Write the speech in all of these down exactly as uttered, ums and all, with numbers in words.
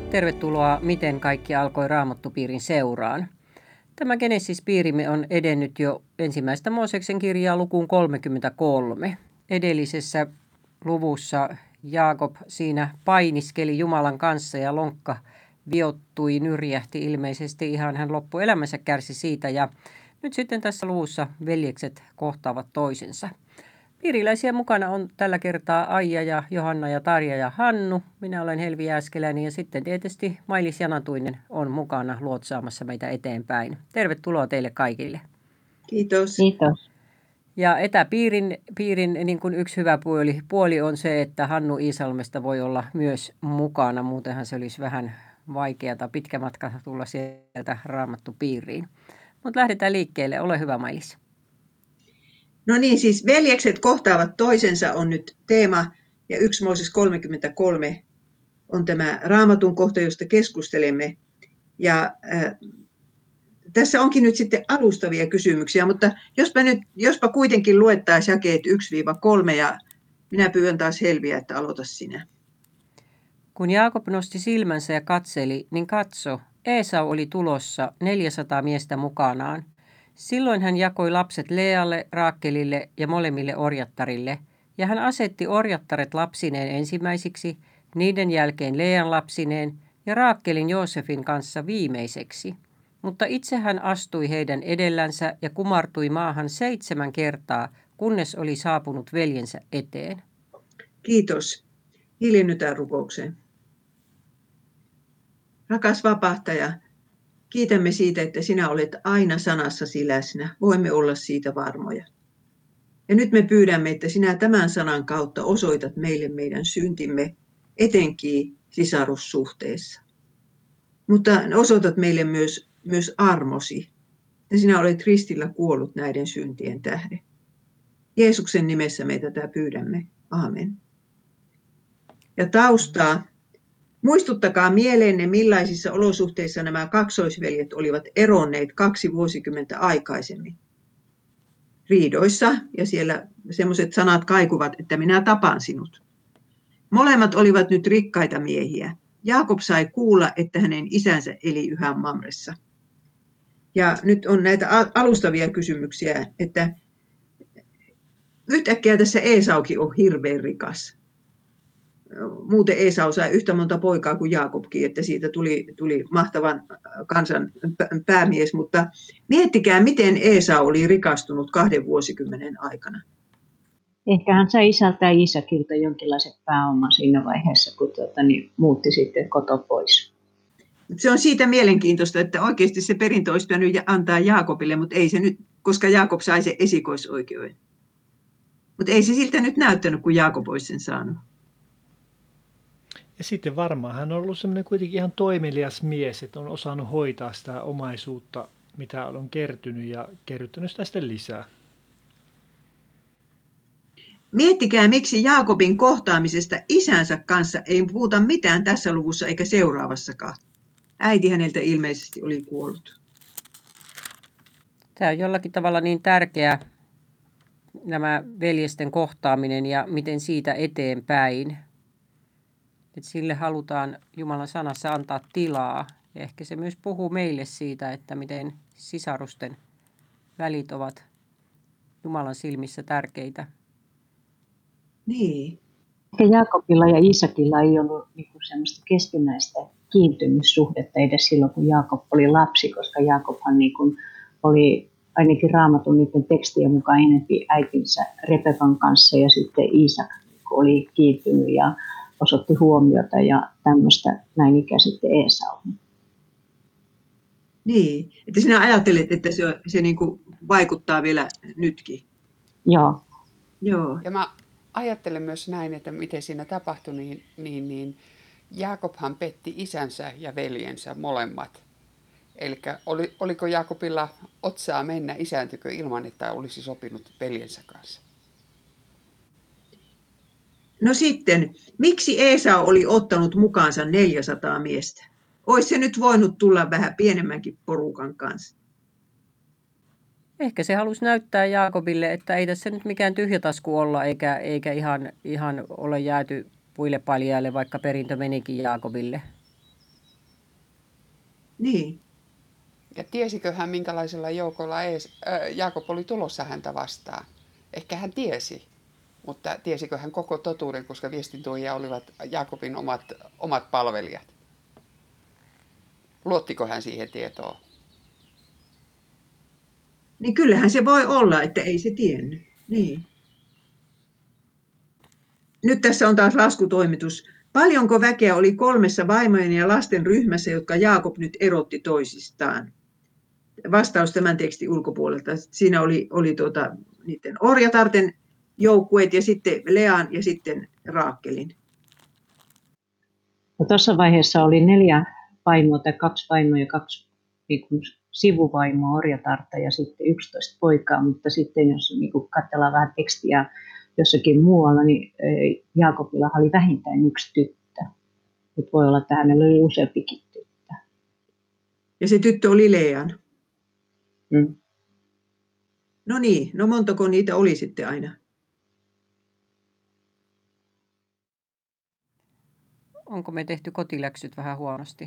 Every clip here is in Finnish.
Tervetuloa Miten kaikki alkoi Raamattupiirin seuraan. Tämä Genesis-piirimme on edennyt jo ensimmäistä Mooseksen kirjaa lukuun kolmekymmentäkolme. Edellisessä luvussa Jaakob siinä painiskeli Jumalan kanssa ja lonkka viottui, nyrjähti ilmeisesti, ihan hän loppuelämänsä kärsi siitä. Ja nyt sitten tässä luvussa veljekset kohtaavat toisensa. Piiriläisiä mukana on tällä kertaa Aija ja Johanna ja Tarja ja Hannu. Minä olen Helvi Jääskeläinen ja sitten tietysti Mailis Janatuinen on mukana luotsaamassa meitä eteenpäin. Tervetuloa teille kaikille. Kiitos. Kiitos. Ja etäpiirin piirin, niin kuin yksi hyvä puoli, puoli on se, että Hannu Iisalmesta voi olla myös mukana. Muutenhan se olisi vähän vaikeata, pitkä matka tulla sieltä Raamattupiiriin. Mutta lähdetään liikkeelle. Ole hyvä, Mailis. No niin, siis veljekset kohtaavat toisensa on nyt teema, ja yksi Mooses kolmekymmentäkolme on tämä Raamatun kohta, josta keskustelemme. Ja äh, tässä onkin nyt sitten alustavia kysymyksiä, mutta jospa, nyt, jospa kuitenkin luettaisiin jakeet yksi kolme, ja minä pyydän taas Helviä, että aloita sinä. Kun Jaakob nosti silmänsä ja katseli, niin katso, Eesau oli tulossa neljäsataa miestä mukanaan. Silloin hän jakoi lapset Lealle, Raakelille ja molemmille orjattarille, ja hän asetti orjattaret lapsineen ensimmäisiksi, niiden jälkeen Lean lapsineen ja Raakelin Joosefin kanssa viimeiseksi. Mutta itse hän astui heidän edellänsä ja kumartui maahan seitsemän kertaa, kunnes oli saapunut veljensä eteen. Kiitos. Hiljennytään rukoukseen. Rakas vapahtaja, kiitämme siitä, että sinä olet aina sanassasi läsnä. Voimme olla siitä varmoja. Ja nyt me pyydämme, että sinä tämän sanan kautta osoitat meille meidän syntimme, etenkin sisarussuhteessa. Mutta osoitat meille myös, myös armosi, että sinä olet ristillä kuollut näiden syntien tähden. Jeesuksen nimessä me tätä pyydämme. Aamen. Ja taustaa. Muistuttakaa mieleenne, millaisissa olosuhteissa nämä kaksoisveljet olivat eronneet kaksi vuosikymmentä aikaisemmin. Riidoissa, ja siellä semmoiset sanat kaikuvat, että minä tapan sinut. Molemmat olivat nyt rikkaita miehiä. Jaakob sai kuulla, että hänen isänsä eli yhä Mamressa. Ja nyt on näitä alustavia kysymyksiä, että yhtäkkiä tässä Eesaukin on hirveän rikas. Muuten Eesau sai yhtä monta poikaa kuin Jaakobkin, että siitä tuli, tuli mahtavan kansan päämies. Mutta miettikää, miten Eesau oli rikastunut kahden vuosikymmenen aikana. Ehkä hän sai isältään Iisakilta jonkinlaisen pääoman siinä vaiheessa, kun tuota, niin muutti sitten koto pois. Se on siitä mielenkiintoista, että oikeasti se perintö olisi pitänyt antaa Jaakobille, mutta ei se nyt, koska Jaakob sai sen esikoisoikeuden. Mutta ei se siltä nyt näyttänyt, kun Jaakob olisi sen saanut. Ja sitten varmaan hän on ollut semmoinen kuitenkin ihan toimelias mies, että on osannut hoitaa sitä omaisuutta, mitä on kertynyt ja kerryttänyt sitä sitten lisää. Miettikää, miksi Jaakobin kohtaamisesta isänsä kanssa ei puhuta mitään tässä luvussa eikä seuraavassakaan. Äiti häneltä ilmeisesti oli kuollut. Tämä on jollakin tavalla niin tärkeä, nämä veljesten kohtaaminen ja miten siitä eteenpäin. Että sille halutaan Jumalan sanassa antaa tilaa. Ja ehkä se myös puhuu meille siitä, että miten sisarusten välit ovat Jumalan silmissä tärkeitä. Niin. Ehkä Jaakobilla ja Iisakilla ei ollut niinku semmoista keskinäistä kiintymyssuhdetta edes silloin, kun Jaakob oli lapsi, koska Jaakobhan niinku oli ainakin Raamatun niiden tekstien mukaan enempi äitinsä Rebekan kanssa, ja sitten Iisak oli kiintynyt ja osoitti huomiota ja tämmöistä, näin ikään sitten Eesau. Niin, että sinä ajattelet, että se, se niin kuin vaikuttaa vielä nytkin. Joo. Joo. Ja mä ajattelen myös näin, että miten siinä tapahtui, niin, niin, niin Jaakobhan petti isänsä ja veljensä molemmat. Eli oli, oliko Jaakobilla otsaa mennä isääntykö ilman, että olisi sopinut veljensä kanssa? No sitten, miksi Eesau oli ottanut mukaansa neljäsataa miestä? Olisi se nyt voinut tulla vähän pienemmänkin porukan kanssa. Ehkä se halusi näyttää Jaakobille, että ei tässä nyt mikään tyhjätasku olla, eikä, eikä ihan, ihan ole jääty puille paljaille, vaikka perintö menikin Jaakobille. Niin. Ja tiesikö hän, minkälaisella joukolla ees, äh, Jaakob oli tulossa häntä vastaan? Ehkä hän tiesi, mutta tiesikö hän koko totuuden, koska viestintuojia olivat Jaakobin omat, omat palvelijat? Luottiko hän siihen tietoon? Niin kyllähän se voi olla, että ei se tiennyt. Niin. Nyt tässä on taas laskutoimitus. Paljonko väkeä oli kolmessa vaimojen ja lasten ryhmässä, jotka Jaakob nyt erotti toisistaan? Vastaus tämän tekstin ulkopuolelta. Siinä oli, oli tuota, niiden orjatarten joukkueet ja sitten Lean ja sitten Raakelin. No, tuossa vaiheessa oli neljä vaimoa tai kaksi vaimoa ja kaksi niin kuin sivuvaimoa, orjatarta ja sitten yksitoista poikaa, mutta sitten jos niin kuin katsellaan vähän tekstiä jossakin muualla, niin Jaakobilla oli vähintään yksi tyttö. Nyt voi olla, että hänellä oli useampikin tyttö. Ja se tyttö oli Lean. Mm. No niin, no montako niitä oli sitten aina? Onko me tehty kotiläksyt vähän huonosti?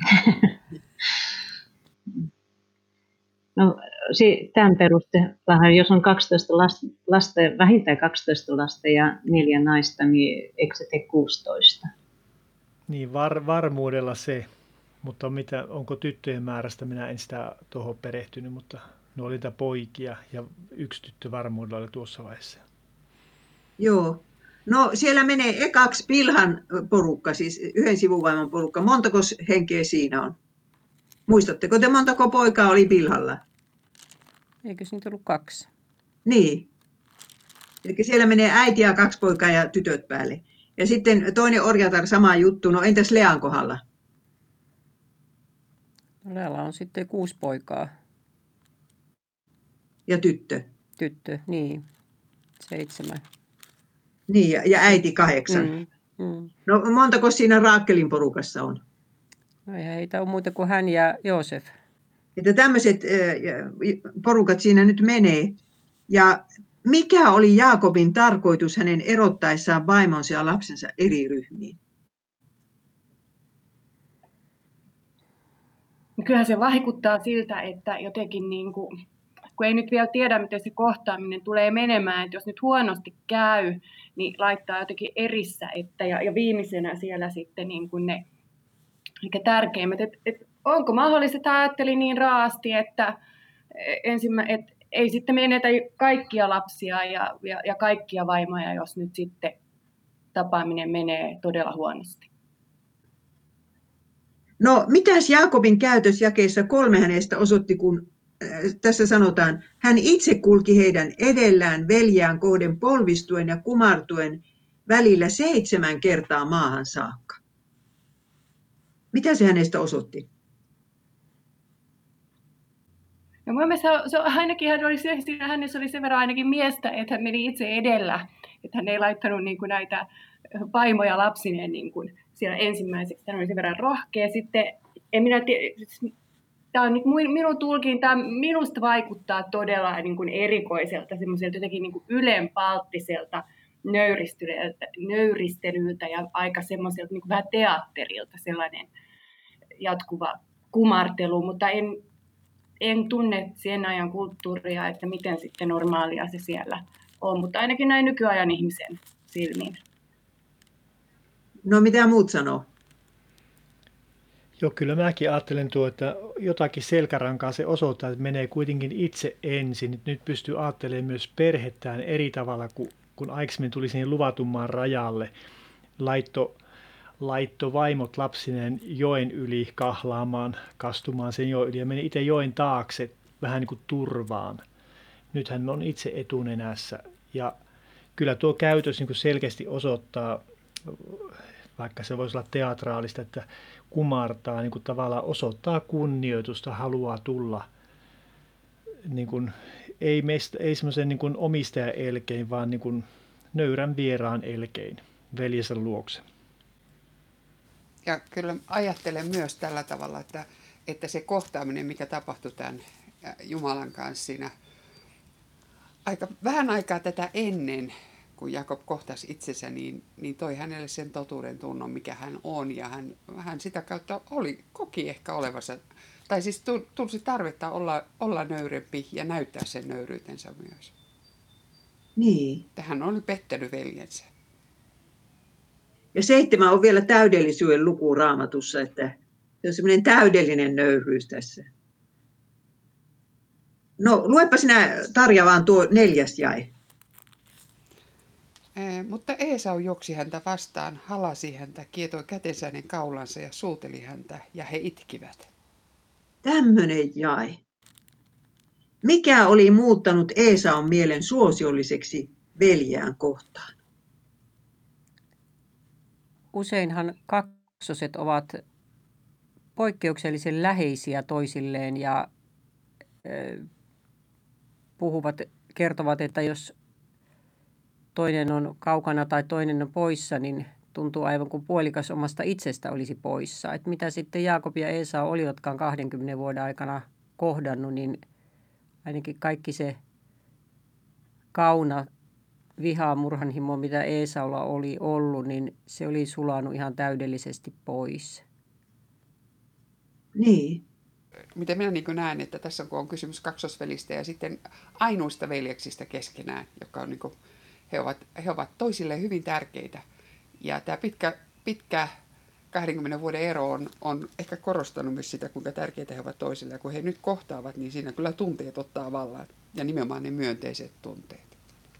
No, tämän perusteella, jos on kaksitoista lasta, lasta, vähintään kaksitoista lasta ja neljä naista, niin eikö se tee kuusitoista? Niin, var, varmuudella se, mutta mitä, onko tyttöjen määrästä, minä en sitä tuohon perehtynyt, mutta ne oli niitä poikia ja yksi tyttö varmuudella oli tuossa vaiheessa. Joo. No siellä menee ekaksi Bilhan porukka, siis yhden sivuvaimon porukka. Montako henkeä siinä on? Muistatteko te, montako poikaa oli Bilhalla? Eikö se nyt ollut kaksi? Niin. Eli siellä menee äiti ja kaksi poikaa ja tytöt päälle. Ja sitten toinen orjatar, sama juttu. No entäs Lean kohdalla? No, Lealla on sitten kuusi poikaa. Ja tyttö. Tyttö, niin. Seitsemän. Niin, ja, ja äiti kahdeksan. Mm, mm. No montako siinä Raakelin porukassa on? No eihän heitä ole muuta kuin hän ja Joosef. Että tämmöiset porukat siinä nyt menee. Ja mikä oli Jaakobin tarkoitus hänen erottaessaan vaimonsa ja lapsensa eri ryhmiin? Kyllähän se vaikuttaa siltä, että jotenkin, niin kuin, kun ei nyt vielä tiedä, miten se kohtaaminen tulee menemään, että jos nyt huonosti käy, niin laittaa jotenkin erissä, että, ja, ja viimeisenä siellä sitten niin kuin ne mikä tärkeimmät. Et, et, onko mahdollista, että ajattelin niin raasti, että, ensimmä, et ei sitten menetä kaikkia lapsia ja, ja, ja kaikkia vaimoja, jos nyt sitten tapaaminen menee todella huonosti. No, mitäs Jaakobin käytös jakeessa kolme hänestä osoitti, kun äh, tässä sanotaan, hän itse kulki heidän edellään veljään kohden polvistuen ja kumartuen välillä seitsemän kertaa maahan saakka. Mitä se hänestä osoitti? No, mun mielestä se, ainakin hän oli se, hänessä oli sen verran ainakin miestä, että hän meni itse edellä, että hän ei laittanut niin kuin näitä vaimoja lapsineen niin kuin siellä ensimmäiseksi. Hän oli sen verran rohkea. Sitten, en minä tiedä, tämä on nyt minun tulkinta, minusta vaikuttaa todella niin kuin erikoiselta, semmoiselta jotenkin niin kuin ylenpalttiselta nöyristelyltä, nöyristelyltä ja aika semmoiselta niin kuin vähän teatterilta sellainen jatkuva kumartelu, mutta en, en tunne sen ajan kulttuuria, että miten sitten normaalia se siellä on, mutta ainakin näin nykyajan ihmisen silmiin. No mitä muut sanoo? Joo, kyllä mäkin ajattelen tuo, että jotakin selkärankaa se osoittaa, että menee kuitenkin itse ensin. Nyt pystyy ajattelemaan myös perhettään eri tavalla, kun, kun aikaisemmin tuli siihen luvatummaan rajalle. Laitto, laitto vaimot lapsineen joen yli kahlaamaan, kastumaan sen joen yli ja meni itse joen taakse vähän niin kuin turvaan. Nyt hän on itse etunenässä ja kyllä tuo käytös niin kuin selkeästi osoittaa, vaikka se voisi olla teatraalista, että kumartaa, niin kuin tavallaan osoittaa kunnioitusta, haluaa tulla, niin kuin, ei, meistä, ei semmoisen niin kuin omistajan elkein, vaan niin kuin nöyrän vieraan elkein veljensä luokse. Ja kyllä ajattelen myös tällä tavalla, että, että se kohtaaminen, mikä tapahtui tämän Jumalan kanssa siinä aika, vähän aikaa tätä ennen, kun Jaakob kohtasi itsensä, niin, niin toi hänelle sen totuuden tunnon, mikä hän on. Ja hän, hän sitä kautta oli, koki ehkä olevansa Tai siis tu- tulisi tarvetta olla, olla nöyrempi ja näyttää sen nöyryytensä myös. Niin. Tähän oli pettänyt veljensä. Ja seitsemän on vielä täydellisyyden luku Raamatussa, että se on semmoinen täydellinen nöyryys tässä. No, luepa sinä, Tarja, vaan tuo neljäs jae. Ee, mutta Eesau juoksi häntä vastaan, halasi häntä, kietoi kätensä hänen kaulansa ja suuteli häntä, ja he itkivät. Tämmöinen jae. Mikä oli muuttanut Eesaun mielen suosiolliseksi veljään kohtaan? Useinhan kaksoset ovat poikkeuksellisen läheisiä toisilleen ja ö, puhuvat, kertovat, että jos toinen on kaukana tai toinen on poissa, niin tuntuu aivan kuin puolikas omasta itsestä olisi poissa. Et mitä sitten Jaakob ja Eesau olivatkaan kahdenkymmenen vuoden aikana kohdannut, niin ainakin kaikki se kauna, viha, murhanhimo, mitä Eesaulla oli ollut, niin se oli sulanut ihan täydellisesti pois. Niin. Miten minä niin näen, että tässä kun on kysymys kaksosvelistä ja sitten ainuista veljeksistä keskenään, jotka on niin kuin, he, ovat, he ovat toisilleen hyvin tärkeitä. Ja tämä pitkä, pitkä kahdenkymmenen vuoden ero on, on ehkä korostanut myös sitä, kuinka tärkeitä he ovat toisille. Ja kun he nyt kohtaavat, niin siinä kyllä tunteet ottaa vallan. Ja nimenomaan ne myönteiset tunteet.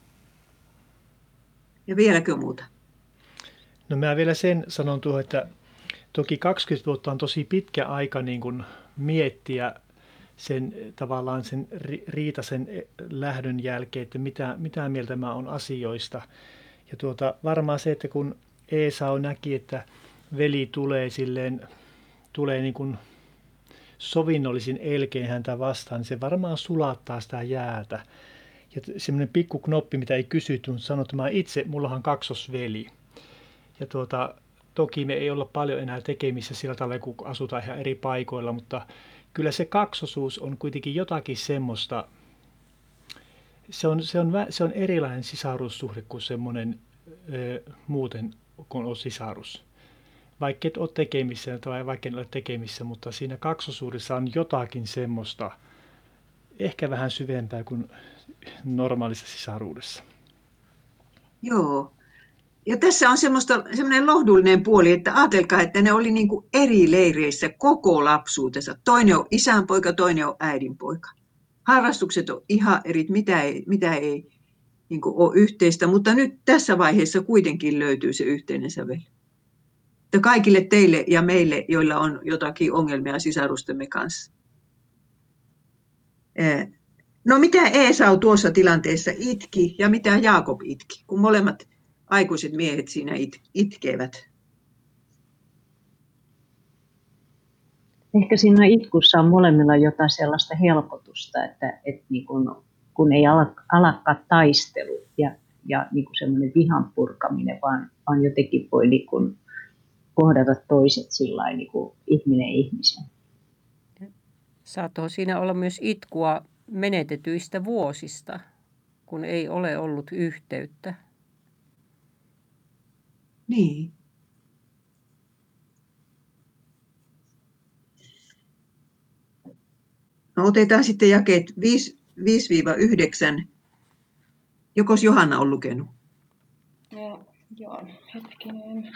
Ja vieläkö muuta? No mä vielä sen sanon tuohon, että toki kaksikymmentä vuotta on tosi pitkä aika niin kuin miettiä sen tavallaan sen riitaisen lähdön jälkeen, että mitä, mitä mieltä mä oon asioista. Ja tuota, varmaan se, että kun Eesau näki, että veli tulee silleen, tulee niin kuin sovinnollisin elkein häntä vastaan, niin se varmaan sulattaa sitä jäätä. Ja semmoinen pikku knoppi, mitä ei kysytty, mutta sanoi, että mä itse, mullahan on kaksosveli. Ja tuota, toki me ei olla paljon enää tekemissä sillä tavalla, kun asutaan ihan eri paikoilla, mutta kyllä se kaksosuus on kuitenkin jotakin semmoista, se on, se on, se on erilainen sisarussuhde kuin semmoinen ö, muuten, kun on sisarus. Vaikka et ole tekemissä tai vaikka en ole tekemissä, mutta siinä kaksosuudessa on jotakin semmoista, ehkä vähän syvempää kuin normaalissa sisaruudessa. Joo. Ja tässä on semmoista, semmoinen lohdullinen puoli, että ajatelkaa, että ne oli niin kuin eri leireissä koko lapsuutensa. Toinen on isän poika, toinen on äidin poika. Harrastukset on ihan eri, mitä ei, mitä ei niin kuin ole yhteistä, mutta nyt tässä vaiheessa kuitenkin löytyy se yhteinen sävel. Että kaikille teille ja meille, joilla on jotakin ongelmia sisarustemme kanssa. No mitä Eesau tuossa tilanteessa itki ja mitä Jaakob itki, kun molemmat aikuiset miehet siinä it, itkevät? Ehkä siinä itkussa on molemmilla jotain sellaista helpotusta, että, että niin kun, kun ei ala, alakaan taistelu ja, ja niin kun semmoinen vihan purkaminen, vaan, vaan jotenkin voi niin kun kohdata toiset sillain, niin kuin ihminen ihmisen. Saattoi siinä olla myös itkua menetetyistä vuosista, kun ei ole ollut yhteyttä. Niin. No otetaan sitten jakeet viisi yhdeksän. Jokos Johanna on lukenut? Ja, joo, hetkinen.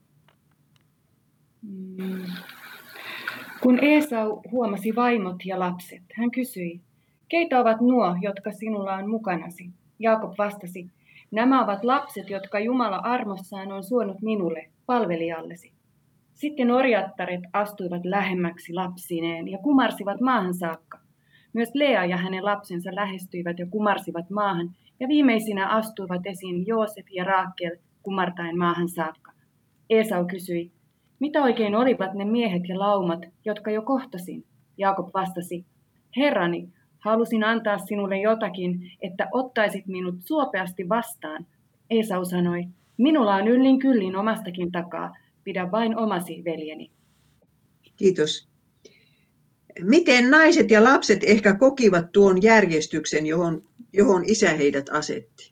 Mm. Kun Eesau huomasi vaimot ja lapset, hän kysyi, keitä ovat nuo, jotka sinulla on mukanasi? Jaakob vastasi, nämä ovat lapset, jotka Jumala armossaan on suonut minulle, palvelijallesi. Sitten orjattaret astuivat lähemmäksi lapsineen ja kumarsivat maahan saakka. Myös Lea ja hänen lapsensa lähestyivät ja kumarsivat maahan, ja viimeisinä astuivat esiin Joosef ja Raakel kumartaen maahan saakka. Eesau kysyi, mitä oikein olivat ne miehet ja laumat, jotka jo kohtasin? Jaakob vastasi, Herrani, halusin antaa sinulle jotakin, että ottaisit minut suopeasti vastaan. Eesau sanoi, minulla on yllin kyllin omastakin takaa, pidä vain omasi, veljeni. Kiitos. Miten naiset ja lapset ehkä kokivat tuon järjestyksen, johon, johon isä heidät asetti?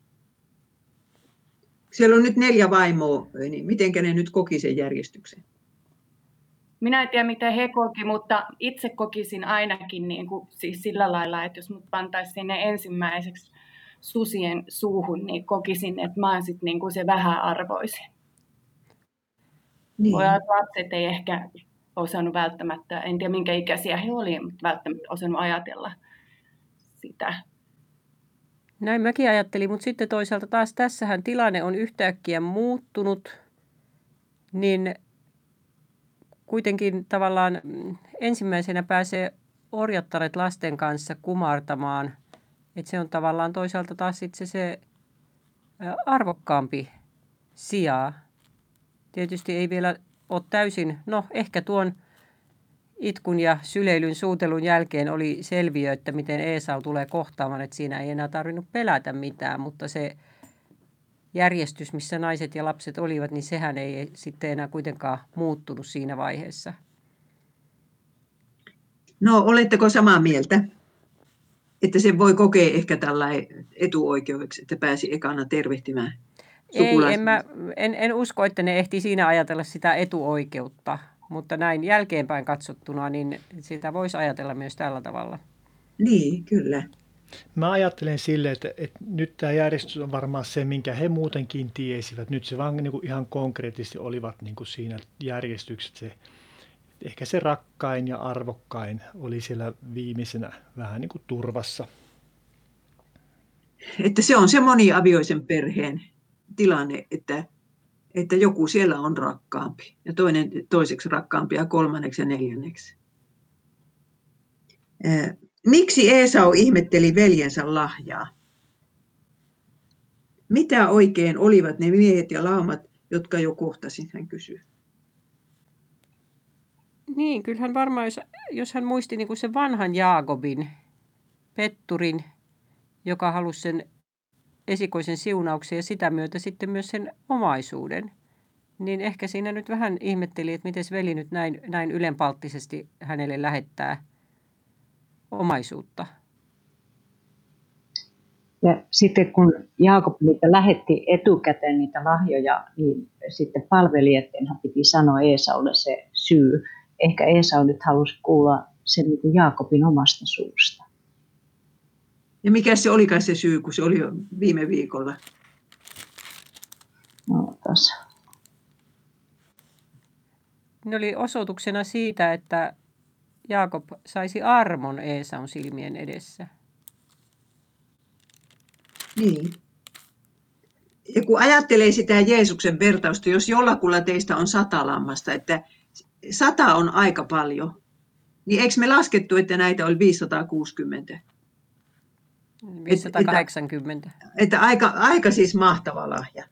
Siellä on nyt neljä vaimoa, niin miten ne nyt koki sen järjestyksen? minä en tiedä miten he koki, mutta itse kokisin ainakin niin kuin, siis sillä lailla, että jos mut pantaisiin sinne ensimmäiseksi susien suuhun, niin kokisin, että mä oon sit niin kuin se vähäarvoisin. Niin. Pojat lapset ei ehkä osannut välttämättä, en tiedä minkä ikäisiä he olivat, mutta välttämättä osannut ajatella sitä. Näin mäkin ajattelin, mutta sitten toisaalta taas tässähän tilanne on yhtäkkiä muuttunut, niin kuitenkin tavallaan ensimmäisenä pääsee orjattaret lasten kanssa kumartamaan, että se on tavallaan toisaalta taas sitten se, se arvokkaampi sija. Tietysti ei vielä ole täysin, no ehkä tuon itkun ja syleilyn suutelun jälkeen oli selviö, että miten Esau tulee kohtaamaan, että siinä ei enää tarvinnut pelätä mitään, mutta se järjestys, missä naiset ja lapset olivat, niin sehän ei sitten enää kuitenkaan muuttunut siinä vaiheessa. No, oletteko samaa mieltä, että se voi kokea ehkä tällainen etuoikeudeksi, että pääsi ekana tervehtimään sukulaisia? Ei, en, mä, en, en usko, että ne ehti siinä ajatella sitä etuoikeutta, mutta näin jälkeenpäin katsottuna, niin sitä voisi ajatella myös tällä tavalla. Niin, kyllä. Mä ajattelen sille, että, että nyt tämä järjestys on varmaan se, minkä he muutenkin tiesivät. Nyt se vaan niin kuin ihan konkreettisesti olivat niin kuin siinä järjestyksessä. Se, ehkä se rakkain ja arvokkain oli siellä viimeisenä vähän niin kuin turvassa. Että se on se moniavioisen perheen tilanne, että, että joku siellä on rakkaampi ja toinen toiseksi rakkaampi ja kolmanneksi ja neljänneksi. Miksi Esau ihmetteli veljensä lahjaa? Mitä oikein olivat ne miehet ja laumat, jotka jo kohtasin, hän kysyy. Niin, kyllähän varmaan, jos, jos hän muisti niin kuin sen vanhan Jaakobin, petturin, joka halusi sen esikoisen siunauksen ja sitä myötä sitten myös sen omaisuuden, niin ehkä siinä nyt vähän ihmetteli, että miten veli nyt näin, näin ylenpalttisesti hänelle lähettää omaisuutta. Ja sitten kun Jaakob niitä lähetti etukäteen niitä lahjoja, niin sitten palvelijattenhan piti sanoa Esaulle se syy. Ehkä Esau nyt halusi kuulla sen niin kuin Jaakobin omasta suusta. Ja mikä se olikaan se syy, kun se oli jo viime viikolla? No, tässä. Ne oli osoituksena siitä, että Jaakob saisi armon Esaun silmien edessä. Niin. Ja kun ajattelee sitä Jeesuksen vertausta, jos jollakulla teistä on sata lammasta, että sata on aika paljon, niin eikö me laskettu, että näitä oli viisisataakuusikymmentä? viisisataakahdeksankymmentä. Että, että aika, aika siis mahtava lahja.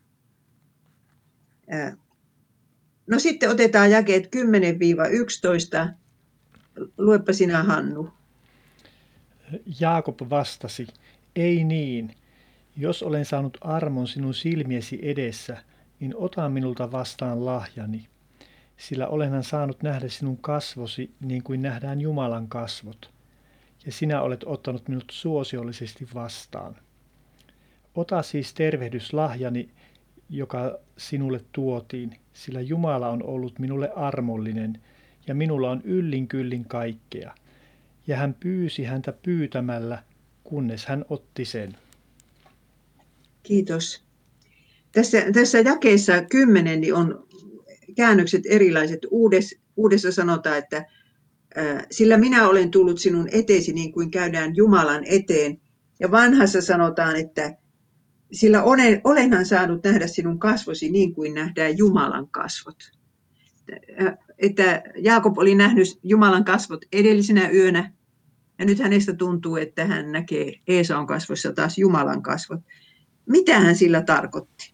No sitten otetaan jakeet kymmenen yksitoista. Luepa sinä, Hannu. Jaakob vastasi, ei niin. Jos olen saanut armon sinun silmiesi edessä, niin ota minulta vastaan lahjani. Sillä olenhan saanut nähdä sinun kasvosi niin kuin nähdään Jumalan kasvot. Ja sinä olet ottanut minut suosiollisesti vastaan. Ota siis tervehdyslahjani, joka sinulle tuotiin, sillä Jumala on ollut minulle armollinen, ja minulla on yllin kyllin kaikkea. Ja hän pyysi häntä pyytämällä, kunnes hän otti sen. Kiitos. Tässä, tässä jakeessa kymmenen niin on käännökset erilaiset. Uudessa, uudessa sanotaan, että äh, sillä minä olen tullut sinun eteesi niin kuin käydään Jumalan eteen. Ja vanhassa sanotaan, että sillä olen, olenhan saanut nähdä sinun kasvosi niin kuin nähdään Jumalan kasvot. Että Jaakob oli nähnyt Jumalan kasvot edellisenä yönä, ja nyt hänestä tuntuu, että hän näkee Esaun kasvoissa taas Jumalan kasvot. Mitä hän sillä tarkoitti?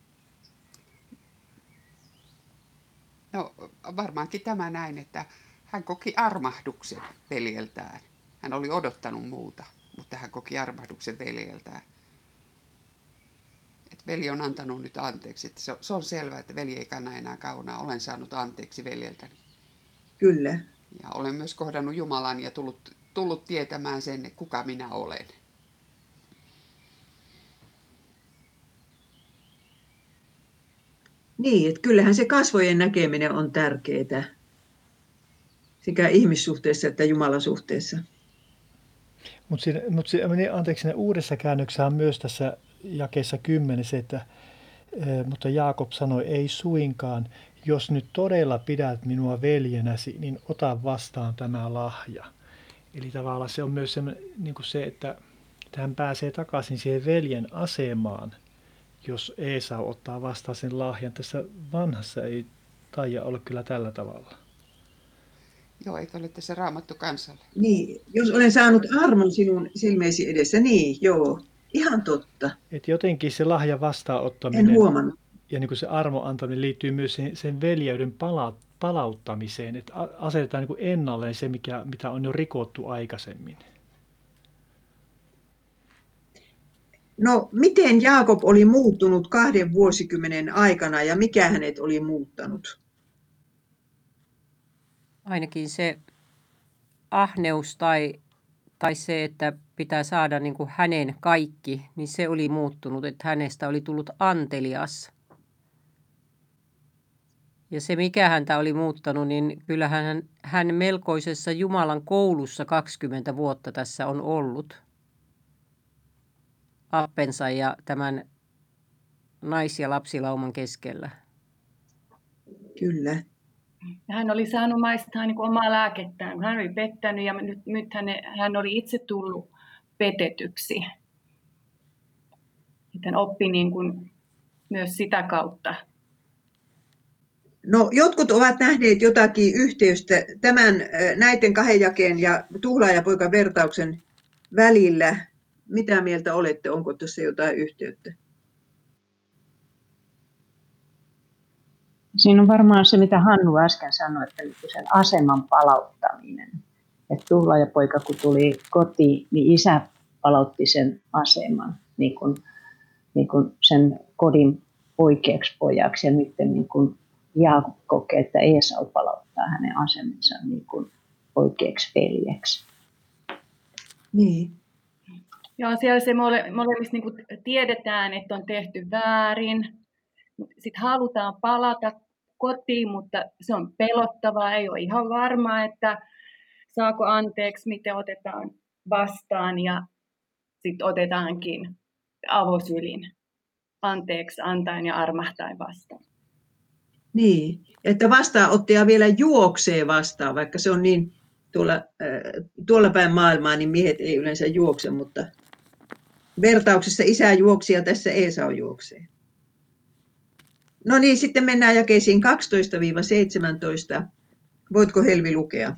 No varmaankin tämä näin, että hän koki armahduksen veljeltään. Hän oli odottanut muuta, mutta hän koki armahduksen veljeltään. Että veli on antanut nyt anteeksi. Että se on selvää, että veli ei kanna enää kaunaa. Olen saanut anteeksi veljeltäni. Kyllä. Ja olen myös kohdannut Jumalan ja tullut, tullut tietämään sen, kuka minä olen. Niin, että kyllähän se kasvojen näkeminen on tärkeää. sekä ihmissuhteessa että Jumalan suhteessa. Mutta siinä, mut siinä, anteeksi, siinä uudessa käännöksessä on myös tässä jakeessa kymmenen se, että e, mutta Jaakob sanoi, ei suinkaan, jos nyt todella pidät minua veljenäsi, niin ota vastaan tämä lahja. Eli tavallaan se on myös se, niin kuin se että hän pääsee takaisin siihen veljen asemaan, jos Eesau ottaa vastaan sen lahjan. Tässä vanhassa ei taida olla kyllä tällä tavalla. Joo, eikö ole tässä Raamattu kansalle? Niin, jos olen saanut armon sinun silmeisi edessä, niin joo, ihan totta. Et jotenkin se lahjan vastaanottaminen En huomannut. ja niin kuin se armon antaminen liittyy myös sen, sen veljeyden pala, palauttamiseen, että asetetaan niin kuin ennalleen se, mikä, mitä on jo rikottu aikaisemmin. No, miten Jaakob oli muuttunut kahden vuosikymmenen aikana ja mikä hänet oli muuttanut? Ainakin se ahneus tai, tai se, että pitää saada niin kuin hänen kaikki, niin se oli muuttunut, että hänestä oli tullut antelias. Ja se, mikä häntä oli muuttanut, niin kyllähän hän, hän melkoisessa Jumalan koulussa kaksikymmentä vuotta tässä on ollut. Appensa ja tämän nais- ja lapsilauman keskellä. Kyllä. Hän oli saanut maistaa niin kuin omaa lääkettään. Hän oli pettänyt ja nyt, nyt hän, hän oli itse tullut petetyksi. Hän oppi niin kuin myös sitä kautta. No, jotkut ovat nähneet jotakin yhteystä tämän näiden kahden jakeen ja tuhlaajapoikan vertauksen välillä. Mitä mieltä olette? Onko tässä jotain yhteyttä? Siinä on varmaan se, mitä Hannu äsken sanoi, että sen aseman palauttaminen. Että tuhlaajapoika kun tuli kotiin, niin isä palautti sen aseman niin kuin, niin kuin sen kodin oikeaksi pojaksi. Ja nyt niin kuin Jaakob kokee, että Eesau palauttaa hänen asemansa niin kuin oikeaksi veljeksi. Niin. Joo, siellä se mole, molemmissa niin kuin tiedetään, että on tehty väärin. Sitten halutaan palata kotiin, mutta se on pelottavaa. Ei ole ihan varmaa, että saako anteeksi, miten otetaan vastaan. Ja sitten otetaankin avosylin anteeksi antaen ja armahtaen vastaan. Niin, että vastaanottaja vielä juoksee vastaan, vaikka se on niin tuolla, äh, tuolla päin maailmaa, niin miehet ei yleensä juokse, mutta vertauksessa isä juoksi ja tässä Eesau juoksee. No niin, sitten mennään jakeisiin kaksitoista seitsemäntoista. Voitko Helvi lukea?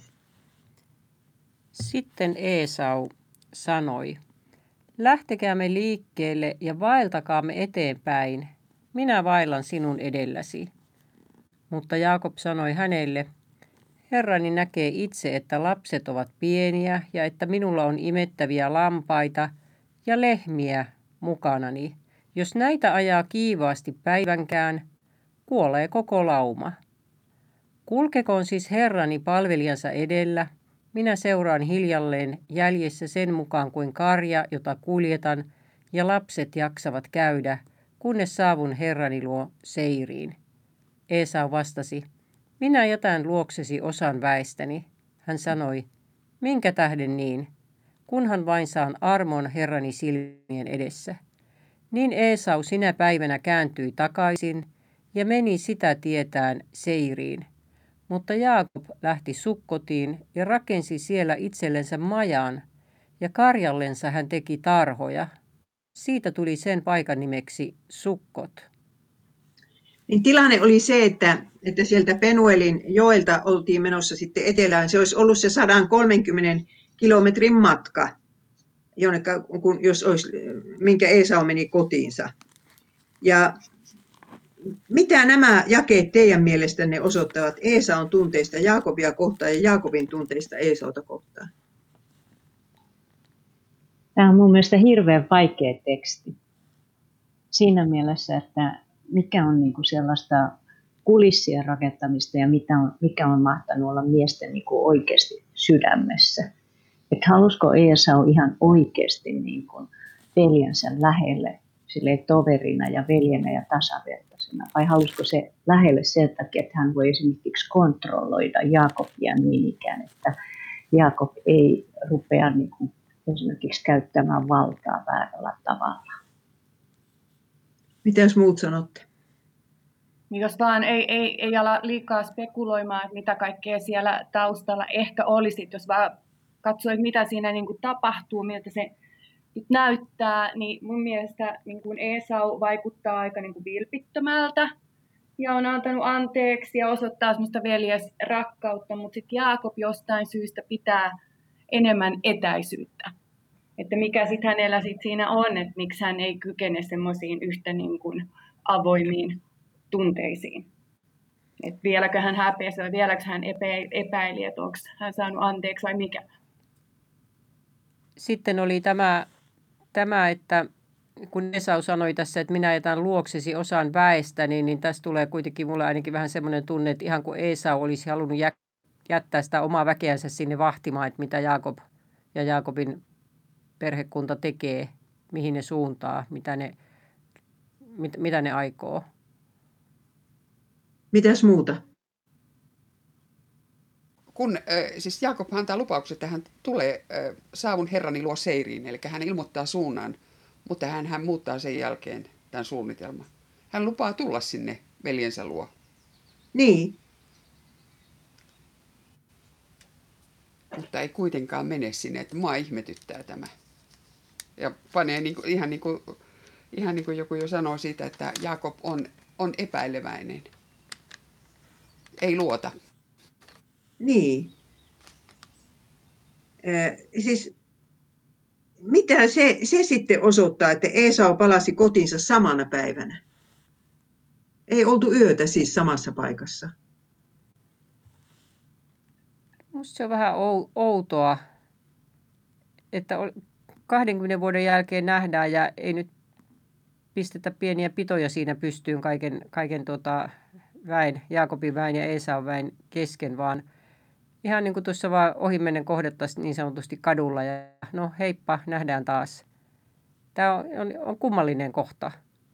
Sitten Eesau sanoi, lähtekäämme liikkeelle ja vaeltakaamme eteenpäin. Minä vaellan sinun edelläsi. Mutta Jaakob sanoi hänelle, Herrani näkee itse, että lapset ovat pieniä ja että minulla on imettäviä lampaita ja lehmiä mukanani. Jos näitä ajaa kiivaasti päivänkään, kuolee koko lauma. Kulkekoon siis Herrani palvelijansa edellä, minä seuraan hiljalleen jäljessä sen mukaan kuin karja, jota kuljetan, ja lapset jaksavat käydä, kunnes saavun Herrani luo Seiriin. Eesau vastasi, minä jätän luoksesi osan väestäni. Hän sanoi, minkä tähden niin, kunhan vain saan armon Herrani silmien edessä. Niin Eesau sinä päivänä kääntyi takaisin ja meni sitä tietään Seiriin. Mutta Jaakob lähti Sukkotiin ja rakensi siellä itsellensä majan, ja karjallensa hän teki tarhoja. Siitä tuli sen paikan nimeksi Sukkot. Niin tilanne oli se, että, että sieltä Penuelin joelta oltiin menossa sitten etelään. Se olisi ollut se sata kolmekymmentä kilometrin matka, jonneka, kun, jos olisi, minkä Eesau meni kotiinsa. Ja mitä nämä jakeet teidän mielestänne osoittavat Eesaun tunteista Jaakobia kohtaan ja Jaakobin tunteista Eesauta kohtaan? Tämä on mun mielestä hirveän vaikea teksti. Siinä mielessä, että mikä on niin kuin sellaista kulissien rakentamista ja mitä on, mikä on mahtanut olla miesten niin kuin oikeasti sydämessä. Että halusiko Eesau ihan oikeasti niin kuin veljensä lähelle silleen toverina ja veljenä ja tasavertaisena. lapsena, vai halusiko se lähelle sen takia, että hän voi esimerkiksi kontrolloida Jaakobia niin ikään, että Jaakob ei rupea niin kuin esimerkiksi käyttämään valtaa väärällä tavalla. Mitäs muut sanotte? Niin jos vaan ei, ei, ei ala liikaa spekuloimaan, että mitä kaikkea siellä taustalla ehkä olisi, jos vaan katsoo, että mitä siinä niin kuin tapahtuu, miltä se nyt näyttää, niin mun mielestä niin kuin Esau vaikuttaa aika niin kuin vilpittömältä ja on antanut anteeksi ja osoittaa semmoista veljesrakkautta, mutta sitten Jaakob jostain syystä pitää enemmän etäisyyttä. Että mikä sitten hänellä sit siinä on, että miksi hän ei kykene semmoisiin yhtä niin kuin avoimiin tunteisiin. Että vieläkö hän häpeäsi vai vieläkö hän epäili, että onko hän saanut anteeksi vai mikä. Sitten oli tämä, tämä, että kun Esau sanoi tässä, että minä jätän luoksesi osan väestä, niin, niin tässä tulee kuitenkin mulle ainakin vähän semmoinen tunne, että ihan kuin Esau olisi halunnut jättää sitä omaa väkeänsä sinne vahtimaan, että mitä Jaakob ja Jaakobin perhekunta tekee, mihin ne suuntaa, mitä ne, mit, mitä ne aikoo. Mitäs muuta? Kun äh, siis Jaakob antaa lupauksen, että hän tulee äh, saavun Herrani luo Seiriin, eli hän ilmoittaa suunnan, mutta hän, hän muuttaa sen jälkeen tämän suunnitelman. Hän lupaa tulla sinne veljensä luo. Niin. Mutta ei kuitenkaan mene sinne, että mua ihmetyttää tämä. Ja panee niin kuin, ihan, niin kuin, ihan niin kuin joku jo sanoo siitä, että Jaakob on, on epäileväinen. Ei luota. Niin. Äh, siis mitä se, se sitten osoittaa, että Esau palasi kotiinsa samana päivänä? Ei oltu yötä siis samassa paikassa. Musta se on vähän outoa, että kahdenkymmenen vuoden jälkeen nähdään ja ei nyt pistetä pieniä pitoja siinä pystyyn kaiken, kaiken tuota väen, Jaakobin väen ja Esaun väen kesken, vaan ihan niin kuin tuossa vaan ohimennen kohdattaisiin niin sanotusti kadulla ja no heippa, nähdään taas. Tämä on, on, on kummallinen kohta.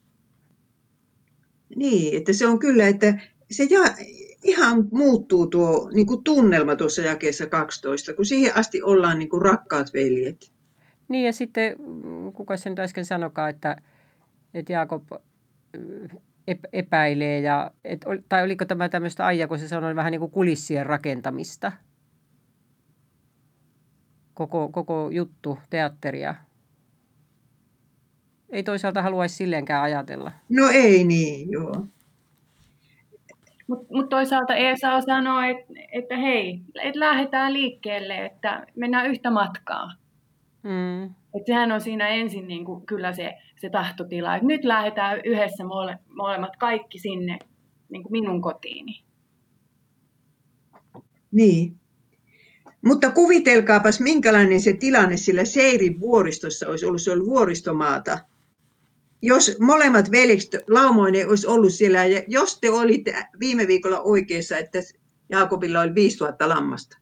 Niin, että se on kyllä, että se ja, ihan muuttuu tuo niin kuin tunnelma tuossa jakeessa kaksitoista, kun siihen asti ollaan niin kuin rakkaat veljet. Niin ja sitten, kuka sen äsken sanokaan, että, että Jaakob epäilee, ja, et, tai oliko tämä tämmöistä Aija, kun se sanoi vähän niin kuin kulissien rakentamista. Koko, koko juttu, teatteria. Ei toisaalta haluaisi silleenkään ajatella. No ei niin, joo. Mutta mut toisaalta Esau sanoo, että, että hei, et lähdetään liikkeelle, että mennään yhtä matkaa. Mm. Että sehän on siinä ensin niin kuin, kyllä se, se tahtotila, että nyt lähdetään yhdessä mole, molemmat kaikki sinne niin kuin minun kotiini. Niin. Mutta kuvitelkaapas, minkälainen se tilanne sillä Seirin vuoristossa olisi ollut, se oli vuoristomaata. Jos molemmat veljekset laumoinen olisi ollut siellä, ja jos te olitte viime viikolla oikeassa, että Jaakobilla oli viisituhatta lammasta.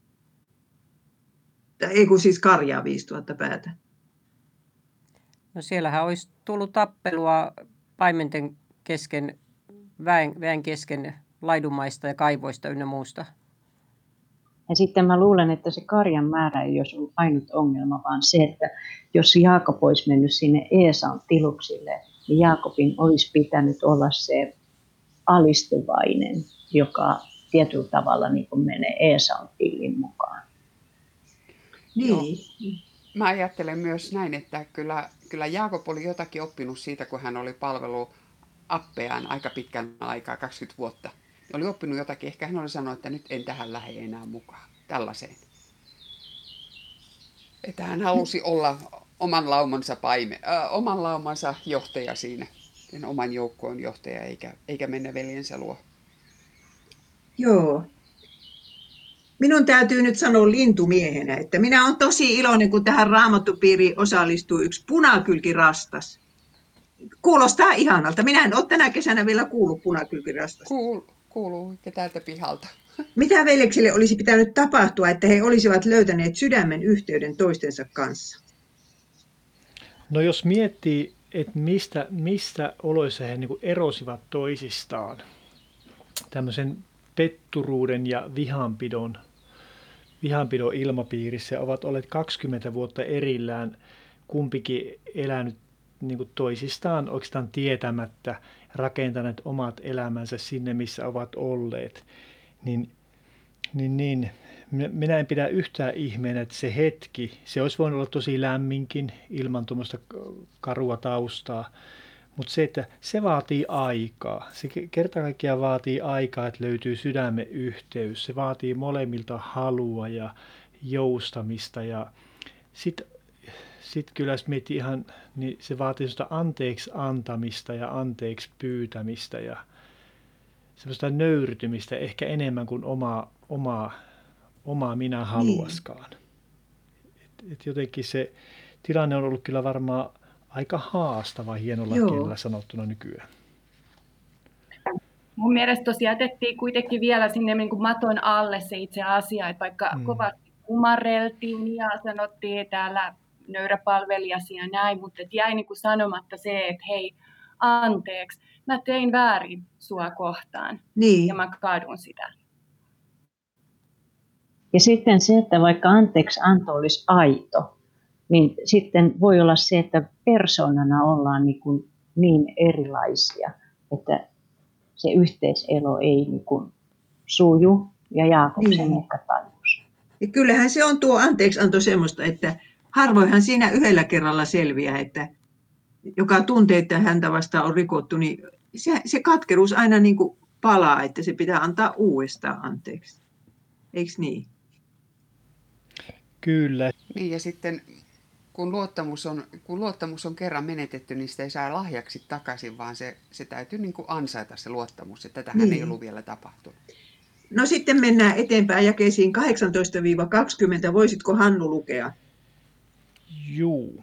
Ei kun siis karjaa viisituhatta päätä. No siellähän olisi tullut tappelua paimenten kesken, väen, väen kesken laidumaista ja kaivoista ynnä muusta. Ja sitten mä luulen, että se karjan määrä ei olisi ollut ainut ongelma, vaan se, että jos Jaakob olisi mennyt sinne Esaun tiluksille, niin Jaakobin olisi pitänyt olla se alistuvainen, joka tietyllä tavalla niin kuin menee Esaun pillin mukaan. Niin. Mä ajattelen myös näin, että kyllä, kyllä Jaakob oli jotakin oppinut siitä, kun hän oli palvellut appeaan aika pitkän aikaa, kaksikymmentä vuotta. Oli oppinut jotakin, ehkä hän oli sanonut, että nyt en tähän lähde enää mukaan, tällaiseen. Että hän halusi olla oman laumansa, paime, äh, oman laumansa johtaja siinä, sen oman joukkoon johtaja, eikä, eikä mennä veljensä luo. Joo. Minun täytyy nyt sanoa lintumiehenä, että minä olen tosi iloinen, kun tähän raamattupiiriin osallistuu yksi punakylkirastas. Kuulostaa ihanalta. Minä en ole tänä kesänä vielä kuullut punakylkirastasta. Kuul, kuuluu täältä pihalta. Mitä veljeksille olisi pitänyt tapahtua, että he olisivat löytäneet sydämen yhteyden toistensa kanssa? No jos miettii että mistä, mistä oloissa he niin kuin erosivat toisistaan tämmöisen petturuuden ja vihanpidon, vihanpidon ilmapiirissä, ovat olleet kaksikymmentä vuotta erillään, kumpikin elänyt niin kuin toisistaan oikeastaan tietämättä, rakentaneet omat elämänsä sinne, missä ovat olleet, niin, niin, niin minä en pidä yhtään ihmeenä, että se hetki, se olisi voinut olla tosi lämminkin ilman tuommoista karua taustaa, mutta se, että se vaatii aikaa. Se kerta kaikkiaan vaatii aikaa, että löytyy sydämen yhteys. Se vaatii molemmilta halua ja joustamista. Ja sitten sit kyllä jos miettii ihan, niin se vaatii sitä anteeksi antamista ja anteeksi pyytämistä ja semmoista nöyrtymistä ehkä enemmän kuin omaa, omaa, omaa minä haluaskaan. Et, et jotenkin se tilanne on ollut kyllä varmaan aika haastava hienolla Joo. kielellä sanottuna nykyään. Mun mielestä tuossa jätettiin kuitenkin vielä sinne niin kuin maton alle se itse asia, että vaikka Mm. kovasti kumarreltiin ja sanottiin että täällä nöyräpalvelijasi ja näin, mutta et jäi niin kuin sanomatta se, että hei, anteeksi, mä tein väärin sua kohtaan Niin, ja mä kaadun sitä. Ja sitten se, että vaikka anteeksi anto olisi aito, niin sitten voi olla se, että persoonana ollaan niin, kuin niin erilaisia, että se yhteiselo ei niin kuin suju, ja Jaakob sen Niin. ehkä tajus. ja kyllähän se on tuo anteeksianto semmoista, että harvoinhan siinä yhdellä kerralla selviää, että joka tuntee, että häntä vastaan on rikottu, niin se, se katkeruus aina niin kuin palaa, että se pitää antaa uudestaan anteeksi. Eikö niin? Kyllä. Niin, ja sitten kun luottamus on, kun luottamus on kerran menetetty, niin sitä ei saa lahjaksi takaisin, vaan se, se täytyy niin kuin ansaita se luottamus, että tätähän Niin. ei ollut vielä tapahtunut. No sitten mennään eteenpäin jakeisiin kahdeksantoista kaksikymmentä. Voisitko Hannu lukea? Juu.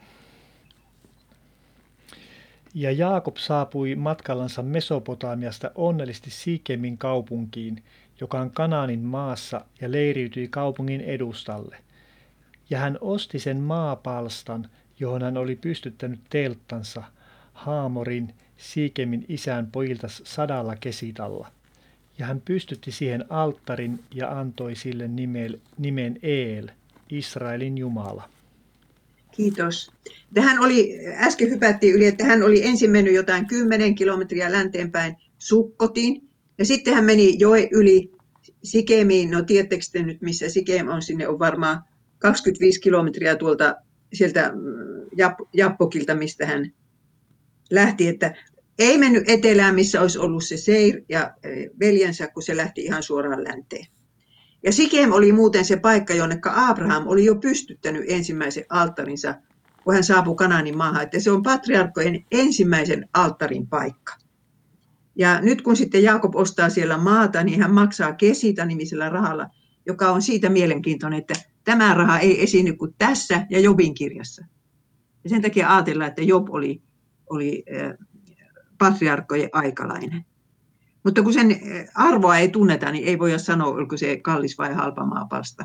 Ja Jaakob saapui matkallansa Mesopotamiasta onnellisesti Sikemin kaupunkiin, joka on Kanaanin maassa, ja leiriytyi kaupungin edustalle. Ja hän osti sen maapalstan, johon hän oli pystyttänyt telttansa, Haamorin, Sikemin isän pojilta sadalla kesitalla. Ja hän pystytti siihen alttarin ja antoi sille nimen, nimen Eel, Israelin Jumala. Kiitos. Tähän oli, äsken hypättiin yli, että hän oli ensin mennyt jotain kymmenen kilometriä länteenpäin Sukkotiin. Ja sitten hän meni joen yli Sikemiin. No tiedättekö te nyt, missä Sikem on? Sinne on varmaan kaksikymmentäviisi kilometriä tuolta sieltä Jap- Jappokilta, mistä hän lähti. Että ei mennyt etelään, missä olisi ollut se Seir ja veljensä, kun se lähti ihan suoraan länteen. Ja Sikem oli muuten se paikka, jonne Abraham oli jo pystyttänyt ensimmäisen alttarinsa, kun hän saapui Kanaanin maahan. Että se on patriarkkojen ensimmäisen alttarin paikka. Ja nyt kun sitten Jaakob ostaa siellä maata, niin hän maksaa Kesita-nimisellä rahalla, joka on siitä mielenkiintoinen, että tämä raha ei esiinny kuin tässä ja Jobin kirjassa. Ja sen takia ajatellaan, että Job oli, oli patriarkkojen aikalainen. Mutta kun sen arvoa ei tunneta, niin ei voida sanoa, oliko se kallis vai halpa maapalsta.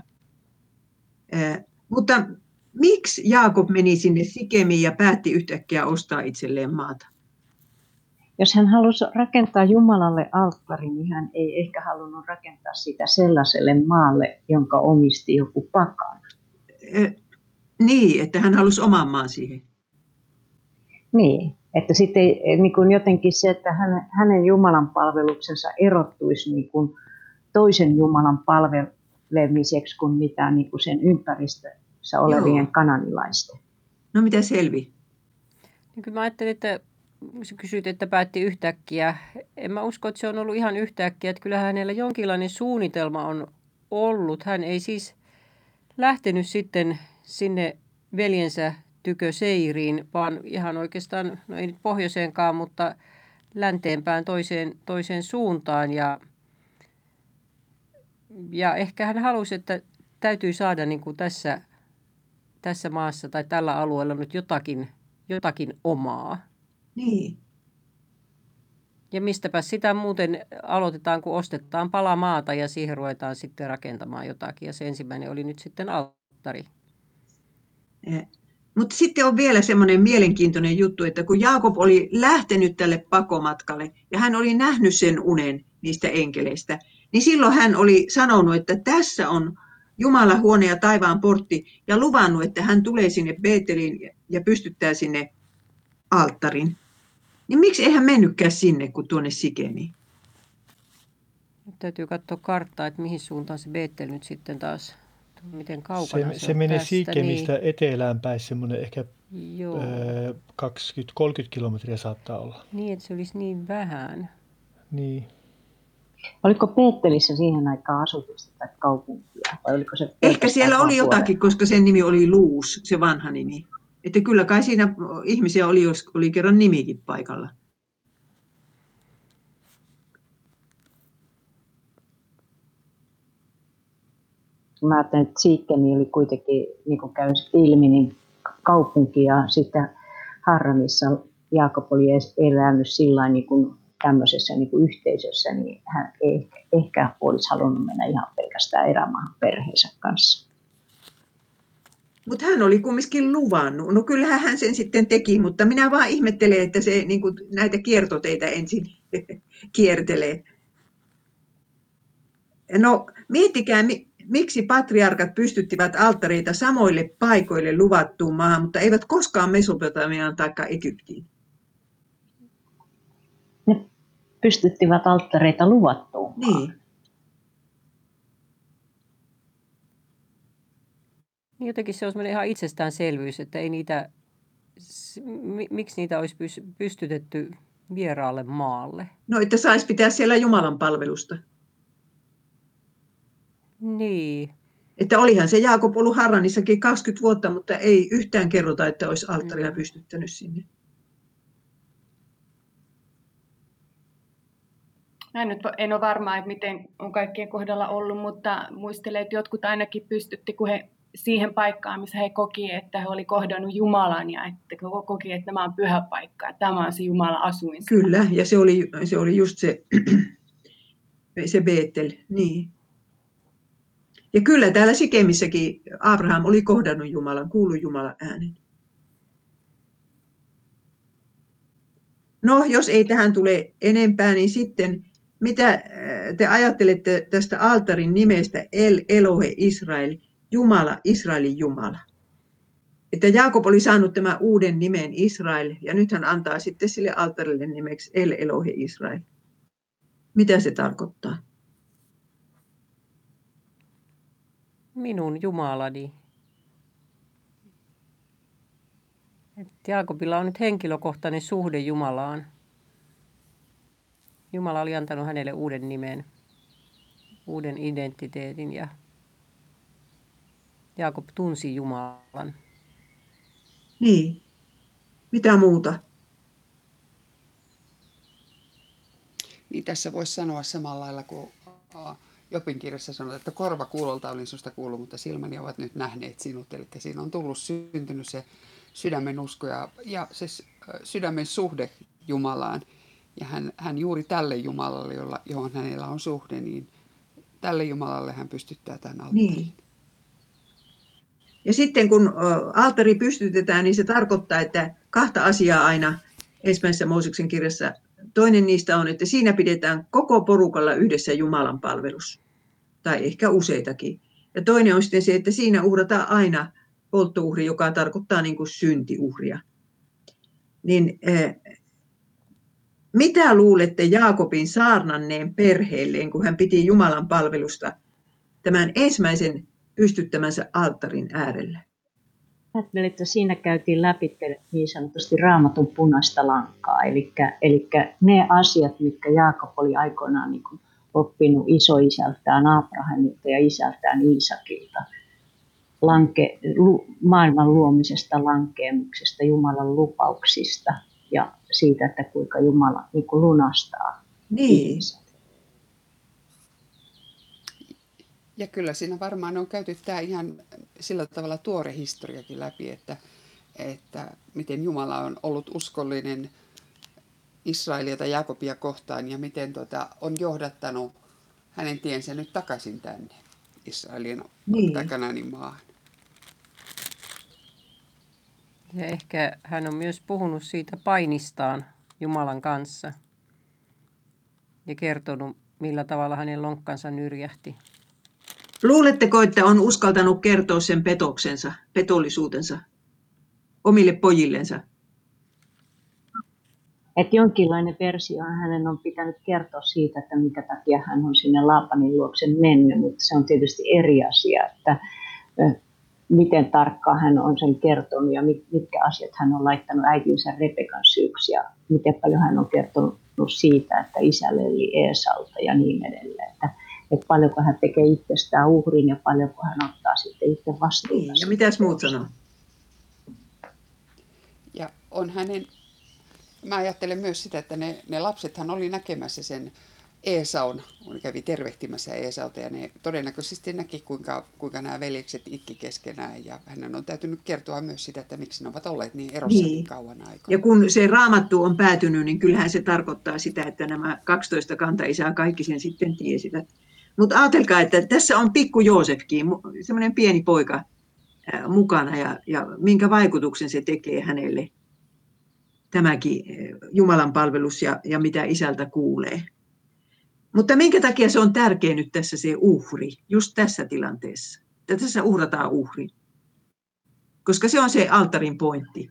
Mutta miksi Jaakob meni sinne Sikemiin ja päätti yhtäkkiä ostaa itselleen maata? Jos hän halusi rakentaa Jumalalle alttarin, niin hän ei ehkä halunnut rakentaa sitä sellaiselle maalle, jonka omisti joku pakana. Niin, että hän halusi oman maan siihen. Niin, että sitten niin kuin jotenkin se, että hän, hänen Jumalan palveluksensa erottuisi niin kuin toisen Jumalan palvelemiseksi kuin mitä niin kuin sen ympäristössä olevien Joo. kananilaisten. No mitä selvi? Niin kyllä mä ajattelin, että sä kysyit, että päätti yhtäkkiä. En mä usko, että se on ollut ihan yhtäkkiä. Että kyllä hänellä jonkinlainen suunnitelma on ollut. Hän ei siis lähtenyt sitten sinne veljensä tykö Seiriin, vaan ihan oikeastaan, no ei nyt pohjoiseenkaan, mutta länteenpäin toiseen, toiseen suuntaan. Ja, ja ehkä hän halusi, että täytyy saada niin kuin tässä, tässä maassa tai tällä alueella nyt jotakin, jotakin omaa. Niin. Ja mistäpä sitä muuten aloitetaan, kun ostetaan pala maata ja siihen ruvetaan sitten rakentamaan jotakin. Ja se ensimmäinen oli nyt sitten alttari. Mutta sitten on vielä semmoinen mielenkiintoinen juttu, että kun Jaakob oli lähtenyt tälle pakomatkalle ja hän oli nähnyt sen unen niistä enkeleistä, niin silloin hän oli sanonut, että tässä on Jumalan huone ja taivaan portti ja luvannut, että hän tulee sinne Beeteliin ja pystyttää sinne alttarin. Niin miksi eihän mennytkään sinne, kun tuonne Sikemiin? Nyt täytyy katsoa karttaa, että mihin suuntaan se Beetel nyt sitten taas, miten kaukana Se, se, se on menee tästä. Siikemistä etelään päin semmoinen ehkä Niin, joo. ö, kaksikymmentä kolmekymmentä kilometriä saattaa olla. Niin, että se olisi niin vähän. Niin. Oliko Beetelissä siihen aikaan asutusta tai kaupunkia? Vai oliko se Ehkä pelkästään siellä vaan oli jotakin, vuoren? koska sen nimi oli Luus, se vanha nimi. Että kyllä kai siinä ihmisiä oli, jos oli kerran nimikin paikalla. Mä ajattelin, että Siikemi oli kuitenkin, niin kuin käy ilmi, niin kaupunki ja sitten Harranissa Jaakob oli elänyt sillä niin kuin tämmöisessä niin kuin yhteisössä, niin hän ehkä, ehkä olisi halunnut mennä ihan pelkästään erämaahan perheensä kanssa. Mutta hän oli kumminkin luvannut. No kyllähän hän sen sitten teki, mutta minä vaan ihmettelen, että se niin kuin näitä kiertoteitä ensin kiertelee. No miettikää, miksi patriarkat pystyttivät alttareita samoille paikoille luvattuun maahan, mutta eivät koskaan Mesopotamiaan tai Egyptiin. Ne pystyttivät alttareita luvattuun maahan. Niin. Niin jotenkin se on semmoinen ihan itsestäänselvyys, että ei niitä, miksi niitä olisi pystytetty vieraalle maalle. No, että saisi pitää siellä Jumalan palvelusta. Niin. Että olihan se Jaakob ollut Harranissakin kaksikymmentä vuotta, mutta ei yhtään kerrota, että olisi alttaria Mm. pystyttänyt sinne. Mä nyt en ole varma, että miten on kaikkien kohdalla ollut, mutta muistelen, että jotkut ainakin pystytti, kun he siihen paikkaan, missä he koki, että he oli kohdannut Jumalan ja että he koki, että tämä on pyhä paikka, että tämä on se Jumalan asuin. Kyllä, ja se oli, se oli just se, se Beetel, niin. Ja kyllä täällä Sikemissäkin Abraham oli kohdannut Jumalan, kuullut Jumalan äänen. No, jos ei tähän tule enempää, niin sitten mitä te ajattelette tästä alttarin nimestä El Elohe Israel, Jumala, Israelin Jumala? Että Jaakob oli saanut tämän uuden nimen Israel, ja nyt hän antaa sitten sille alttarille nimeksi El Elohe Israel. Mitä se tarkoittaa? Minun Jumalani. Että Jaakobilla on nyt henkilökohtainen suhde Jumalaan. Jumala oli antanut hänelle uuden nimen, uuden identiteetin ja Jaakob tunsi Jumalan. Niin. Mitä muuta? Niin tässä voisi sanoa samalla lailla kuin Jobin kirjassa sanotaan, että korva kuulolta olin susta kuullut, mutta silmäni ovat nyt nähneet sinut. Eli siinä on tullut syntynyt se sydämen usko ja, ja se sydämen suhde Jumalaan. Ja hän, hän juuri tälle Jumalalle, jolla, johon hänellä on suhde, niin tälle Jumalalle hän pystyttää tämän alttarin. Niin. Ja sitten kun alttari pystytetään, niin se tarkoittaa, että kahta asiaa aina ensimmäisessä Mooseksen kirjassa. Toinen niistä on, että siinä pidetään koko porukalla yhdessä Jumalan palvelus, tai ehkä useitakin. Ja toinen on sitten se, että siinä uhrataan aina polttouhri, joka tarkoittaa niin kuin syntiuhria. Niin, eh, mitä luulette Jaakobin saarnanneen perheelleen, kun hän piti Jumalan palvelusta tämän ensimmäisen pystyttämänsä alttarin äärellä? Ajattelin, että siinä käytiin läpi niin sanotusti Raamatun punaista lankaa, eli, eli ne asiat, mitkä Jaakob oli aikoinaan niin kuin oppinut isoisältään Abrahamilta ja isältään Iisakilta, lanke, lu, maailman luomisesta, lankeemuksesta, Jumalan lupauksista ja siitä, että kuinka Jumala niin kuin lunastaa Niin. ihmiset. Ja kyllä siinä varmaan on käyty tämä ihan sillä tavalla tuore historiakin läpi, että, että miten Jumala on ollut uskollinen Israelia tai Jaakobia kohtaan ja miten tota, on johdattanut hänen tiensä nyt takaisin tänne Israelin Niin. tai Kanaanin maahan. Ja ehkä hän on myös puhunut siitä painistaan Jumalan kanssa ja kertonut, millä tavalla hänen lonkkansa nyrjähti. Luuletteko, että on uskaltanut kertoa sen petoksensa, petollisuutensa omille pojillensa? Että jonkinlainen versio hänen on pitänyt kertoa siitä, että minkä takia hän on sinne Laapanin luokse mennyt, mutta se on tietysti eri asia, että miten tarkkaan hän on sen kertonut ja mitkä asiat hän on laittanut äitinsä Rebekan syyksi ja miten paljon hän on kertonut siitä, että isälle eli Eesalta ja niin edelleen. Että, että paljonko hän tekee itsestään uhrin ja paljonko hän ottaa sitten itse vastuuta. Niin, ja mitäs muut sanoo? Ja on hänen, mä ajattelen myös sitä, että ne, ne lapsethan oli näkemässä sen Eesaun, kun kävi tervehtimässä Eesauta ja ne todennäköisesti näki, kuinka, kuinka nämä veljekset itki keskenään ja hänen on täytynyt kertoa myös sitä, että miksi ne ovat olleet niin erossa niin, niin kauan aikaa. Ja kun se raamattu on päätynyt, niin kyllähän se tarkoittaa sitä, että nämä kaksitoista kantaisää kaikki sen sitten tiesivät. Mutta ajatelkaa, että tässä on pikku Joosefkin, semmoinen pieni poika mukana ja, ja minkä vaikutuksen se tekee hänelle, tämäkin Jumalan palvelus ja, ja mitä isältä kuulee. Mutta minkä takia se on tärkeä nyt tässä se uhri, just tässä tilanteessa, että tässä uhrataan uhri, koska se on se alttarin pointti.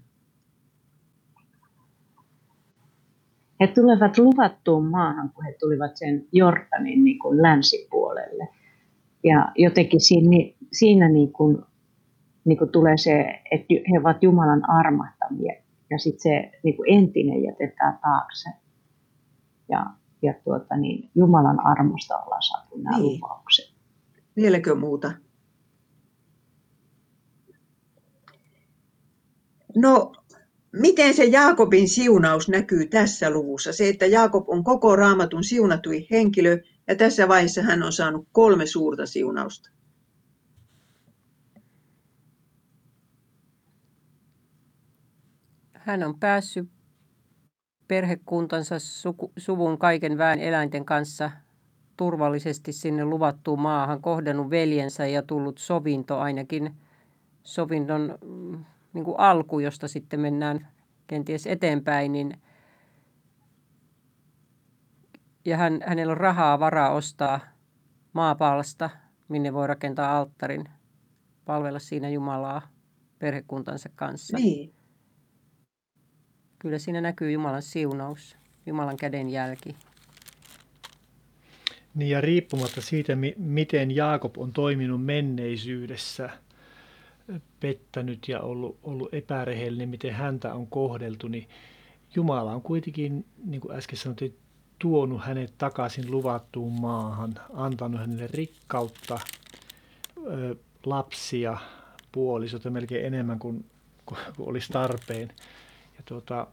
He tulevat luvattuun maahan, kun he tulivat sen Jordanin niin kuin länsipuolelle. Ja jotenkin siinä, siinä niin kuin, niin kuin tulee se, että he ovat Jumalan armahtamia ja sitten se niin kuin entinen jätetään taakse. Ja, ja tuota, niin, Jumalan armosta ollaan saatu nämä niin. lupaukset. Vieläkö muuta? No, miten se Jaakobin siunaus näkyy tässä luvussa? Se, että Jaakob on koko Raamatun siunatuin henkilö ja tässä vaiheessa hän on saanut kolme suurta siunausta. Hän on päässyt perhekuntansa suku, suvun kaiken väen eläinten kanssa turvallisesti sinne luvattuun maahan, kohdannut veljensä ja tullut sovinto, ainakin sovinnon niin kuin alku, josta sitten mennään kenties eteenpäin. Niin ja hän, hänellä on rahaa varaa ostaa maapalsta, minne voi rakentaa alttarin, palvella siinä Jumalaa perhekuntansa kanssa. Niin. Kyllä siinä näkyy Jumalan siunaus, Jumalan kädenjälki. Niin ja riippumatta siitä, miten Jaakob on toiminut menneisyydessä, pettänyt ja ollut, ollut epärehellinen, miten häntä on kohdeltu, niin Jumala on kuitenkin, niin kuin äsken sanottiin, tuonut hänet takaisin luvattuun maahan, antanut hänelle rikkautta, lapsia, puolisota melkein enemmän kuin, kuin olisi tarpeen. Ja tuota,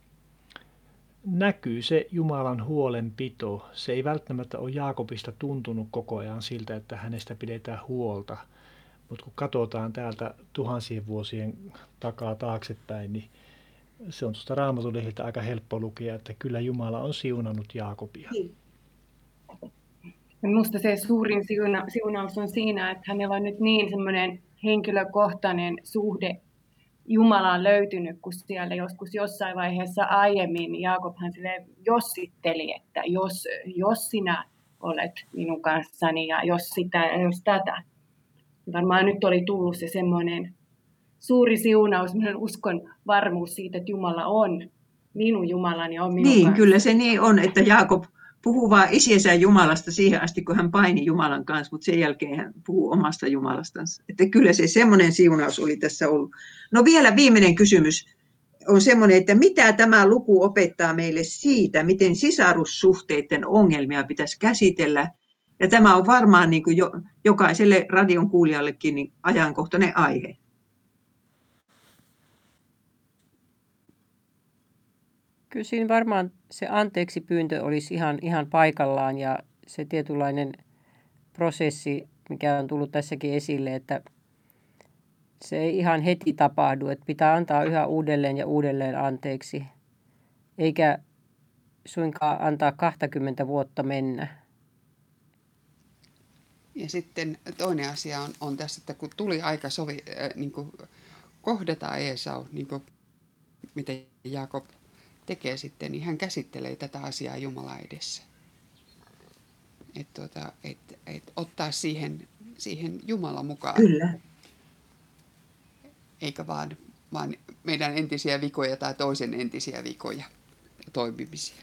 näkyy se Jumalan huolenpito. Se ei välttämättä ole Jaakobista tuntunut koko ajan siltä, että hänestä pidetään huolta. Mutta kun katsotaan täältä tuhansien vuosien takaa taaksepäin, niin se on tuosta Raamatun lehdiltä aika helppo lukea, että kyllä Jumala on siunannut Jaakobia. Minusta se suurin siuna, siunaus on siinä, että hänellä on nyt niin semmoinen henkilökohtainen suhde Jumalaan löytynyt, kun siellä joskus jossain vaiheessa aiemmin Jaakobhan sille jossitteli, että jos, jos sinä olet minun kanssani ja jos sitä ja jos tätä. Varmaan nyt oli tullut se semmoinen suuri siunaus, uskon varmuus siitä, että Jumala on minun Jumalani ja on minun Niin, kanssa. kyllä se niin on, että Jaakob puhuu vaan isiensä Jumalasta siihen asti, kun hän paini Jumalan kanssa, mutta sen jälkeen hän puhuu omasta Jumalastansa. Että kyllä se semmoinen siunaus oli tässä ollut. No vielä viimeinen kysymys on semmoinen, että mitä tämä luku opettaa meille siitä, miten sisarussuhteiden ongelmia pitäisi käsitellä. Ja tämä on varmaan niin kuin jo, jokaiselle radion kuulijallekin niin ajankohtainen aihe. Kyllä siinä varmaan se anteeksi pyyntö olisi ihan, ihan paikallaan ja se tietynlainen prosessi, mikä on tullut tässäkin esille, että se ei ihan heti tapahdu, että pitää antaa yhä uudelleen ja uudelleen anteeksi, eikä suinkaan antaa kaksikymmentä vuotta mennä. Ja sitten toinen asia on, on tässä, että kun tuli aika sovi, äh, niin kuin kohdataan Esau, niin kuin miten Jaakob tekee sitten, niin hän käsittelee tätä asiaa Jumalan edessä. Että tuota, et, et ottaa siihen, siihen Jumala mukaan, Kyllä. eikä vaan, vaan meidän entisiä vikoja tai toisen entisiä vikoja ja toimimisia.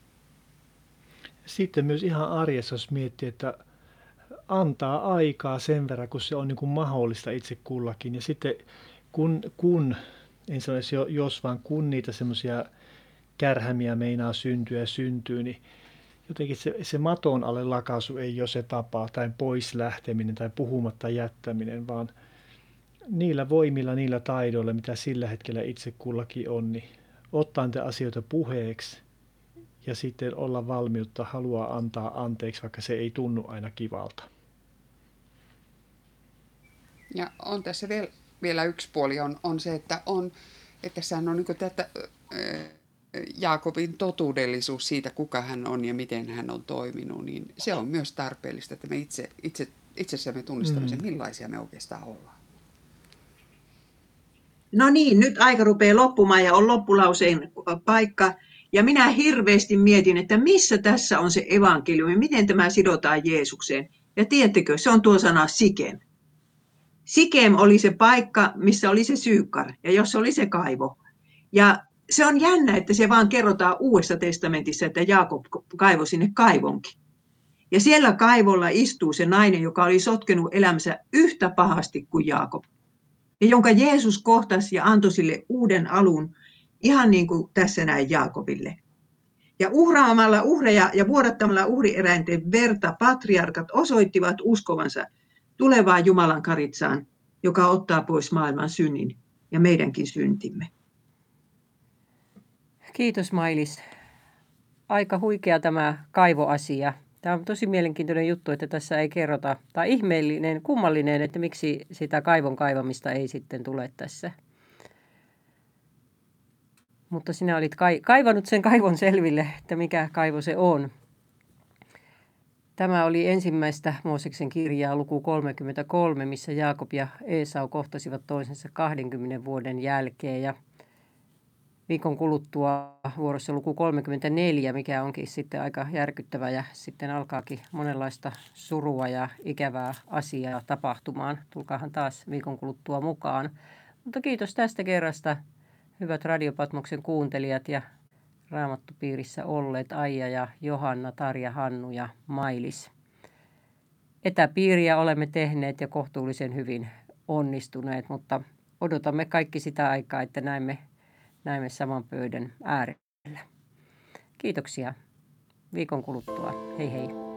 Sitten myös ihan arjessa, jos miettii, että antaa aikaa sen verran, kun se on niin kuin mahdollista itse kullakin. Ja sitten kun, kun en sano edes jos, vaan kun niitä semmoisia kärhämiä meinaa syntyä ja syntyy, niin jotenkin se, se maton alle lakaisu ei ole se tapa, tai pois lähteminen tai puhumatta jättäminen, vaan niillä voimilla, niillä taidoilla, mitä sillä hetkellä itse kullakin on, niin ottaa niitä asioita puheeksi ja sitten olla valmiutta halua antaa anteeksi, vaikka se ei tunnu aina kivalta. Ja on tässä vielä, vielä yksi puoli, on, on se, että, on, että sehän on niin tätä äh, Jaakobin totuudellisuus siitä, kuka hän on ja miten hän on toiminut, niin se on myös tarpeellista, että me itse, itse, itsessämme tunnistamme sen, millaisia me oikeastaan ollaan. No niin, nyt aika rupeaa loppumaan ja on loppulauseen paikka. Ja minä hirveästi mietin, että missä tässä on se evankeliumi, miten tämä sidotaan Jeesukseen. Ja tiedättekö, se on tuo sana Sikem. Sikem oli se paikka, missä oli se Syykkar ja jossa oli se kaivo. Ja se on jännä, että se vaan kerrotaan Uudessa testamentissa, että Jaakob kaivoi sinne kaivonkin. Ja siellä kaivolla istuu se nainen, joka oli sotkenut elämänsä yhtä pahasti kuin Jaakob. Ja jonka Jeesus kohtasi ja antoi sille uuden alun, ihan niin kuin tässä näin Jaakobille. Ja uhraamalla uhreja ja vuodattamalla uhrieräinten verta patriarkat osoittivat uskovansa tulevaan Jumalan karitsaan, joka ottaa pois maailman synnin ja meidänkin syntimme. Kiitos Mailis. Aika huikea tämä kaivoasia. Tämä on tosi mielenkiintoinen juttu, että tässä ei kerrota, tai ihmeellinen, kummallinen, että miksi sitä kaivon kaivamista ei sitten tule tässä. Mutta sinä olit kaivannut sen kaivon selville, että mikä kaivo se on. Tämä oli ensimmäistä Mooseksen kirjaa luku kolmekymmentäkolme, missä Jaakob ja Esau kohtasivat toisensa kahdenkymmenen vuoden jälkeen. Ja viikon kuluttua vuorossa luku kolmekymmentäneljä, mikä onkin sitten aika järkyttävä ja sitten alkaakin monenlaista surua ja ikävää asiaa tapahtumaan. Tulkaahan taas viikon kuluttua mukaan. Mutta kiitos tästä kerrasta, hyvät Radiopatmoksen kuuntelijat ja Raamattupiirissä olleet Aija ja Johanna, Tarja, Hannu ja Mailis. Etäpiiriä olemme tehneet ja kohtuullisen hyvin onnistuneet, mutta odotamme kaikki sitä aikaa, että näemme Näemme saman pöydän äärellä. Kiitoksia. Viikon kuluttua. Hei hei.